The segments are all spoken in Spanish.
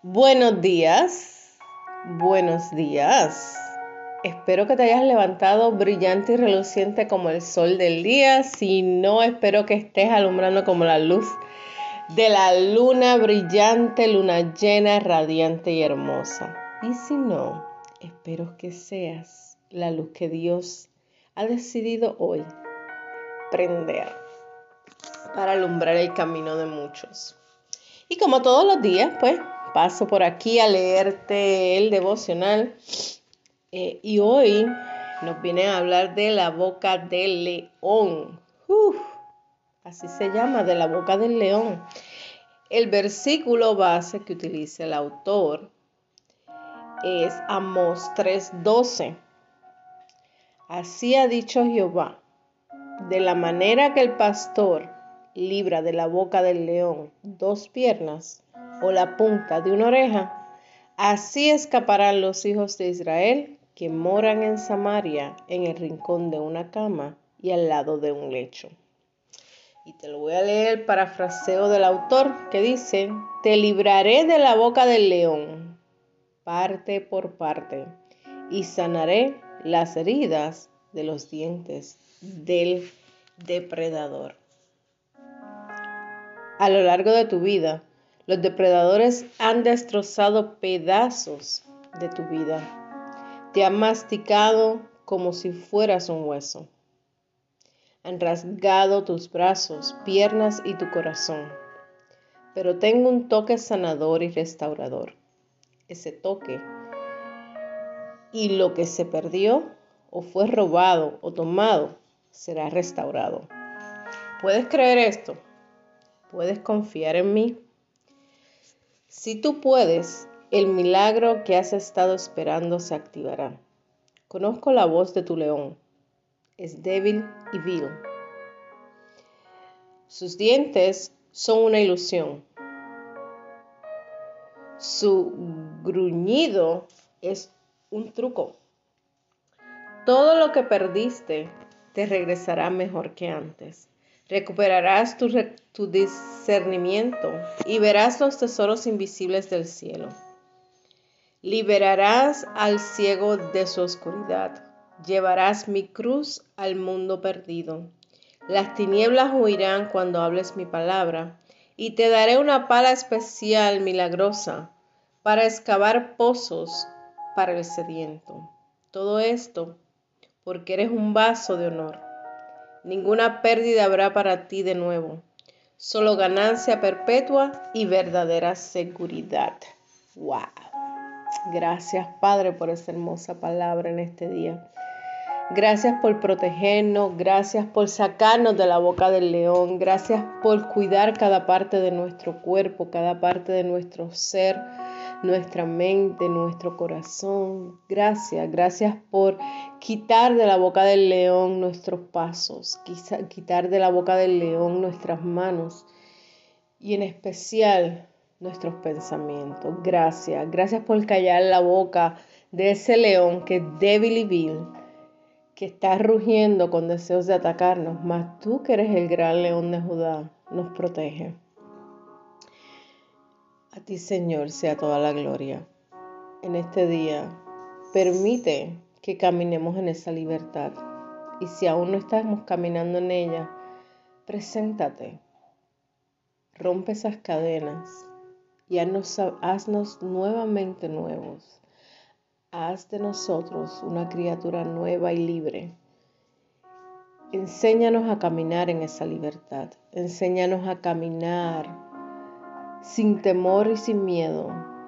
Buenos días, buenos días. Espero que te hayas levantado brillante y reluciente como el sol del día. Si no, espero que estés alumbrando como la luz de la luna brillante, luna llena, radiante y hermosa. Y si no, espero que seas la luz que Dios ha decidido hoy prender para alumbrar el camino de muchos. Y como todos los días, pues paso por aquí a leerte el devocional. Y hoy nos viene a hablar de la boca del león. Así se llama, de la boca del león. El versículo base que utiliza el autor es Amós 3:12. Así ha dicho Jehová, de la manera que el pastor libra de la boca del león 2 piernas o la punta de una oreja, así escaparán los hijos de Israel que moran en Samaria, en el rincón de una cama y al lado de un lecho. Y te lo voy a leer el parafraseo del autor que dice: te libraré de la boca del león, parte por parte, y sanaré las heridas de los dientes del depredador. A lo largo de tu vida, los depredadores han destrozado pedazos de tu vida. Te han masticado como si fueras un hueso. Han rasgado tus brazos, piernas y tu corazón. Pero tengo un toque sanador y restaurador. Ese toque y lo que se perdió o fue robado o tomado será restaurado. ¿Puedes creer esto? ¿Puedes confiar en mí? Si tú puedes, el milagro que has estado esperando se activará. Conozco la voz de tu león. Es débil y vil. Sus dientes son una ilusión. Su gruñido es un truco. Todo lo que perdiste te regresará mejor que antes. Recuperarás tu discernimiento y verás los tesoros invisibles del cielo. Liberarás al ciego de su oscuridad. Llevarás mi cruz al mundo perdido. Las tinieblas huirán cuando hables mi palabra, y te daré una pala especial milagrosa para excavar pozos para el sediento. Todo esto porque eres un vaso de honor. Ninguna pérdida habrá para ti de nuevo, solo ganancia perpetua y verdadera seguridad. ¡Wow! Gracias, Padre, por esa hermosa palabra en este día. Gracias por protegernos, gracias por sacarnos de la boca del león, gracias por cuidar cada parte de nuestro cuerpo, cada parte de nuestro ser, nuestra mente, nuestro corazón. Gracias por quitar de la boca del león nuestros pasos, quitar de la boca del león nuestras manos y en especial nuestros pensamientos. Gracias por callar la boca de ese león que es débil y vil, que está rugiendo con deseos de atacarnos, mas tú que eres el gran león de Judá, nos protege. A ti, Señor, sea toda la gloria. En este día, permite que caminemos en esa libertad. Y si aún no estamos caminando en ella, preséntate. Rompe esas cadenas y haznos nuevamente nuevos. Haz de nosotros una criatura nueva y libre. Enséñanos a caminar en esa libertad. Enséñanos a caminar sin temor y sin miedo,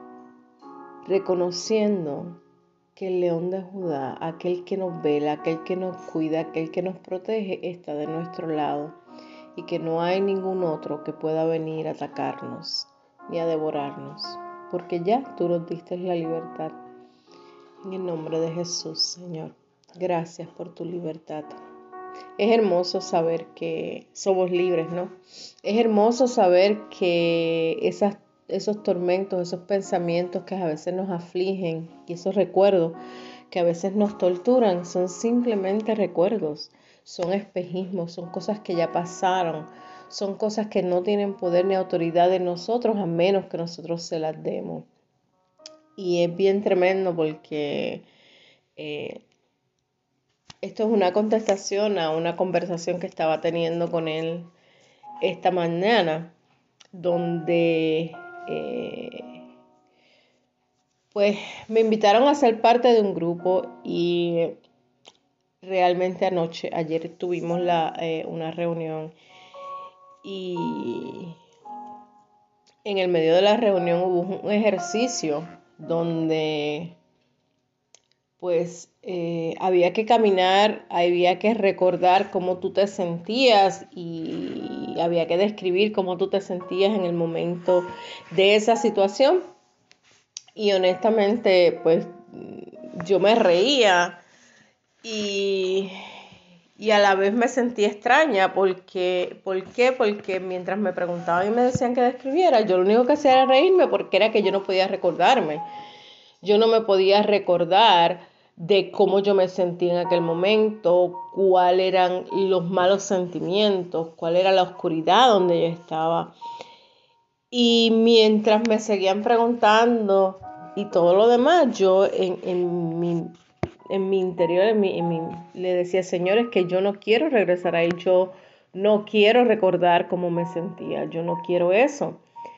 reconociendo que el león de Judá, aquel que nos vela, aquel que nos cuida, aquel que nos protege, está de nuestro lado y que no hay ningún otro que pueda venir a atacarnos ni a devorarnos, porque ya tú nos diste la libertad. En el nombre de Jesús, Señor, gracias por tu libertad. Es hermoso saber que somos libres, ¿no? Es hermoso saber que esos tormentos, esos pensamientos que a veces nos afligen y esos recuerdos que a veces nos torturan son simplemente recuerdos, son espejismos, son cosas que ya pasaron, son cosas que no tienen poder ni autoridad en nosotros a menos que nosotros se las demos. Y es bien tremendo porque esto es una contestación a una conversación que estaba teniendo con él esta mañana, donde pues me invitaron a ser parte de un grupo y realmente ayer tuvimos una reunión y en el medio de la reunión hubo un ejercicio donde pues había que caminar, había que recordar cómo tú te sentías y había que describir cómo tú te sentías en el momento de esa situación. Y honestamente, pues yo me reía y, y a la vez me sentí extraña porque, ¿por qué? Porque mientras me preguntaban y me decían que describiera, yo lo único que hacía era reírme porque era que yo no podía recordarme. Yo no me podía recordar de cómo yo me sentí en aquel momento, cuáles eran los malos sentimientos, cuál era la oscuridad donde yo estaba. Y mientras me seguían preguntando y todo lo demás, yo en mi interior, le decía, señores, que yo no quiero regresar ahí, yo no quiero recordar cómo me sentía, yo no quiero eso.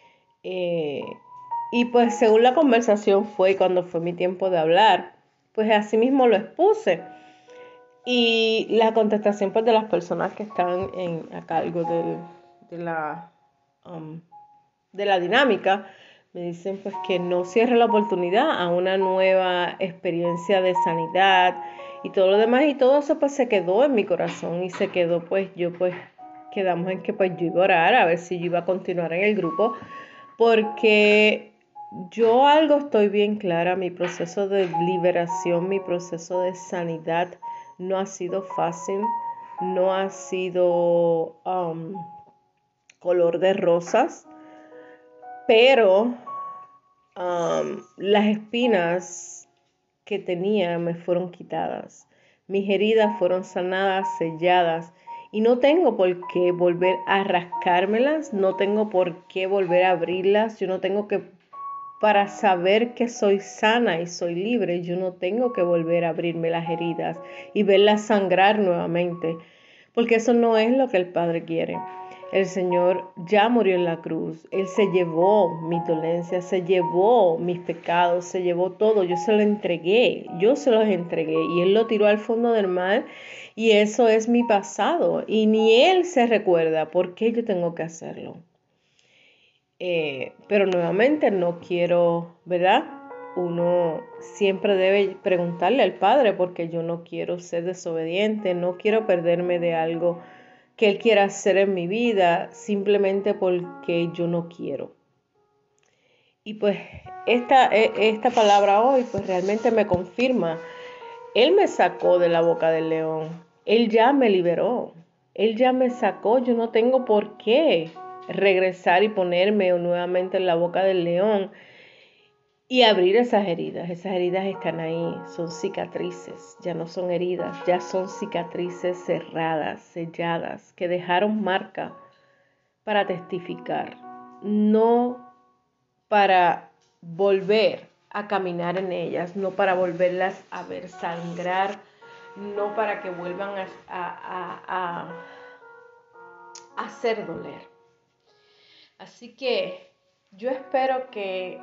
Y pues según la conversación fue cuando fue mi tiempo de hablar, pues así mismo lo expuse. Y la contestación pues de las personas que están a cargo de la, um, de la dinámica, me dicen pues que no cierre la oportunidad a una nueva experiencia de sanidad y todo lo demás. Y todo eso pues se quedó en mi corazón y se quedó pues quedamos en que pues yo iba a orar a ver si yo iba a continuar en el grupo porque yo algo estoy bien clara, mi proceso de liberación, mi proceso de sanidad no ha sido fácil, no ha sido color de rosas, pero las espinas que tenía me fueron quitadas, mis heridas fueron sanadas, selladas, y no tengo por qué volver a rascármelas, no tengo por qué volver a abrirlas, yo no tengo que, para saber que soy sana y soy libre, yo no tengo que volver a abrirme las heridas y verlas sangrar nuevamente, porque eso no es lo que el Padre quiere. El Señor ya murió en la cruz, Él se llevó mis dolencias, se llevó mis pecados, se llevó todo, yo se los entregué y Él lo tiró al fondo del mar y eso es mi pasado y ni Él se recuerda por qué yo tengo que hacerlo. Pero nuevamente no quiero, ¿verdad? Uno siempre debe preguntarle al Padre porque yo no quiero ser desobediente, no quiero perderme de algo que Él quiera hacer en mi vida simplemente porque yo no quiero. Y pues esta palabra hoy pues realmente me confirma. Él me sacó de la boca del león. Él ya me liberó. Él ya me sacó. Yo no tengo por qué regresar y ponerme nuevamente en la boca del león y abrir esas heridas. Esas heridas están ahí. Son cicatrices. Ya no son heridas. Ya son cicatrices cerradas, selladas, que dejaron marca para testificar. No para volver a caminar en ellas, no para volverlas a ver sangrar, no para que vuelvan a hacer doler. Así que yo espero que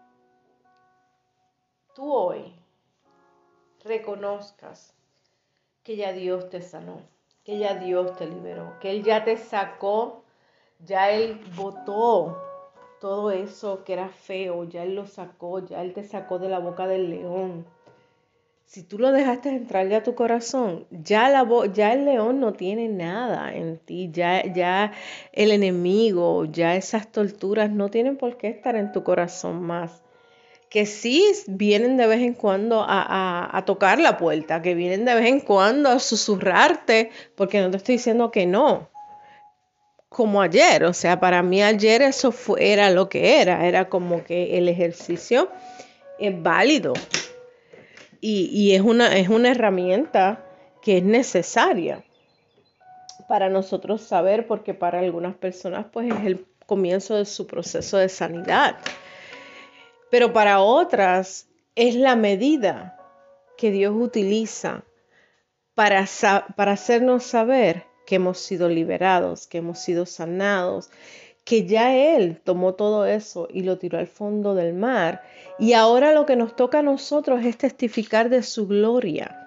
tú hoy reconozcas que ya Dios te sanó, que ya Dios te liberó, que Él ya te sacó, ya Él botó todo eso que era feo, ya Él lo sacó, ya Él te sacó de la boca del león. Si tú lo dejaste entrar ya a tu corazón, ya el león no tiene nada en ti, ya el enemigo, ya esas torturas no tienen por qué estar en tu corazón más. Que sí vienen de vez en cuando a tocar la puerta, que vienen de vez en cuando a susurrarte, porque no te estoy diciendo que no. Como ayer, o sea, para mí ayer eso era lo que era como que el ejercicio es válido. Y es una herramienta que es necesaria para nosotros saber, porque para algunas personas pues es el comienzo de su proceso de sanidad. pero para otras es la medida que Dios utiliza para hacernos saber que hemos sido liberados, que hemos sido sanados, que ya Él tomó todo eso y lo tiró al fondo del mar. Y ahora lo que nos toca a nosotros es testificar de su gloria.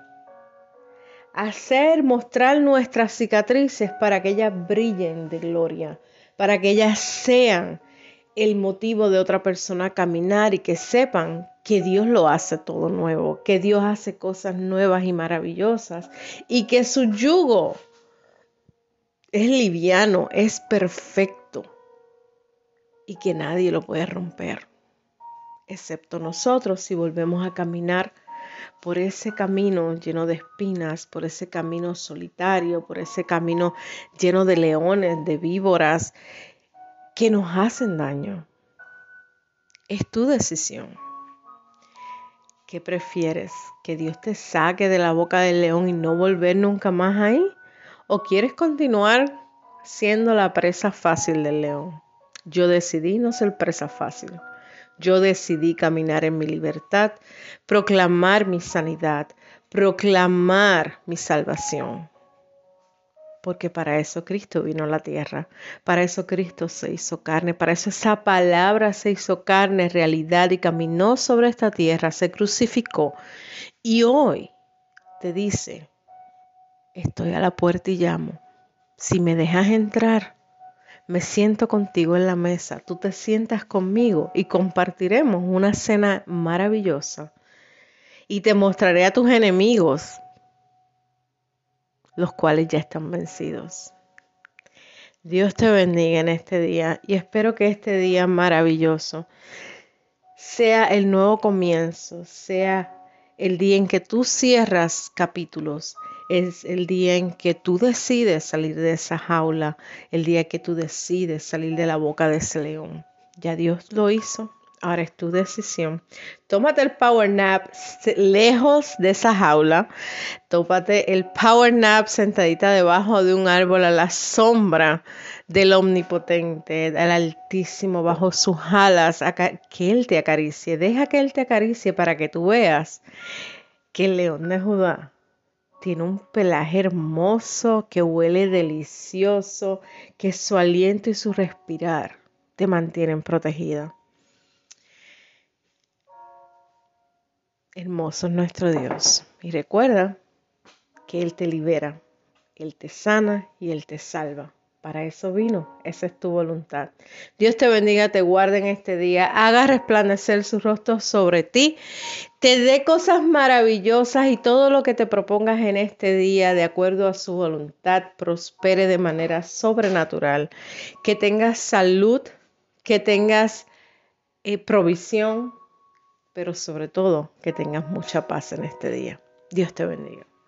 Mostrar nuestras cicatrices para que ellas brillen de gloria, para que ellas sean el motivo de otra persona a caminar y que sepan que Dios lo hace todo nuevo, que Dios hace cosas nuevas y maravillosas y que su yugo es liviano, es perfecto y que nadie lo puede romper, excepto nosotros si volvemos a caminar por ese camino lleno de espinas, por ese camino solitario, por ese camino lleno de leones, de víboras que nos hacen daño. Es tu decisión. ¿Qué prefieres? ¿Que Dios te saque de la boca del león y no volver nunca más ahí? ¿O quieres continuar siendo la presa fácil del león? Yo decidí no ser presa fácil. Yo decidí caminar en mi libertad, proclamar mi sanidad, proclamar mi salvación. Porque para eso Cristo vino a la tierra, para eso Cristo se hizo carne, para eso esa palabra se hizo carne, realidad y caminó sobre esta tierra, se crucificó y hoy te dice, estoy a la puerta y llamo, si me dejas entrar, me siento contigo en la mesa, tú te sientas conmigo y compartiremos una cena maravillosa y te mostraré a tus enemigos, los cuales ya están vencidos. Dios te bendiga en este día y espero que este día maravilloso sea el nuevo comienzo, sea el día en que tú cierras capítulos, es el día en que tú decides salir de esa jaula, el día que tú decides salir de la boca de ese león. Ya Dios lo hizo, ahora es tu decisión. Tómate el power nap lejos de esa jaula. Tómate el power nap sentadita debajo de un árbol a la sombra del Omnipotente, del Altísimo, bajo sus alas, que Él te acaricie. Deja que Él te acaricie para que tú veas que el león de Judá tiene un pelaje hermoso, que huele delicioso, que su aliento y su respirar te mantienen protegida. Hermoso es nuestro Dios. Y recuerda que Él te libera, Él te sana y Él te salva. Para eso vino, esa es tu voluntad. Dios te bendiga, te guarde en este día, haga resplandecer su rostro sobre ti, te dé cosas maravillosas y todo lo que te propongas en este día, de acuerdo a su voluntad, prospere de manera sobrenatural. Que tengas salud, que tengas provisión, pero sobre todo que tengas mucha paz en este día. Dios te bendiga.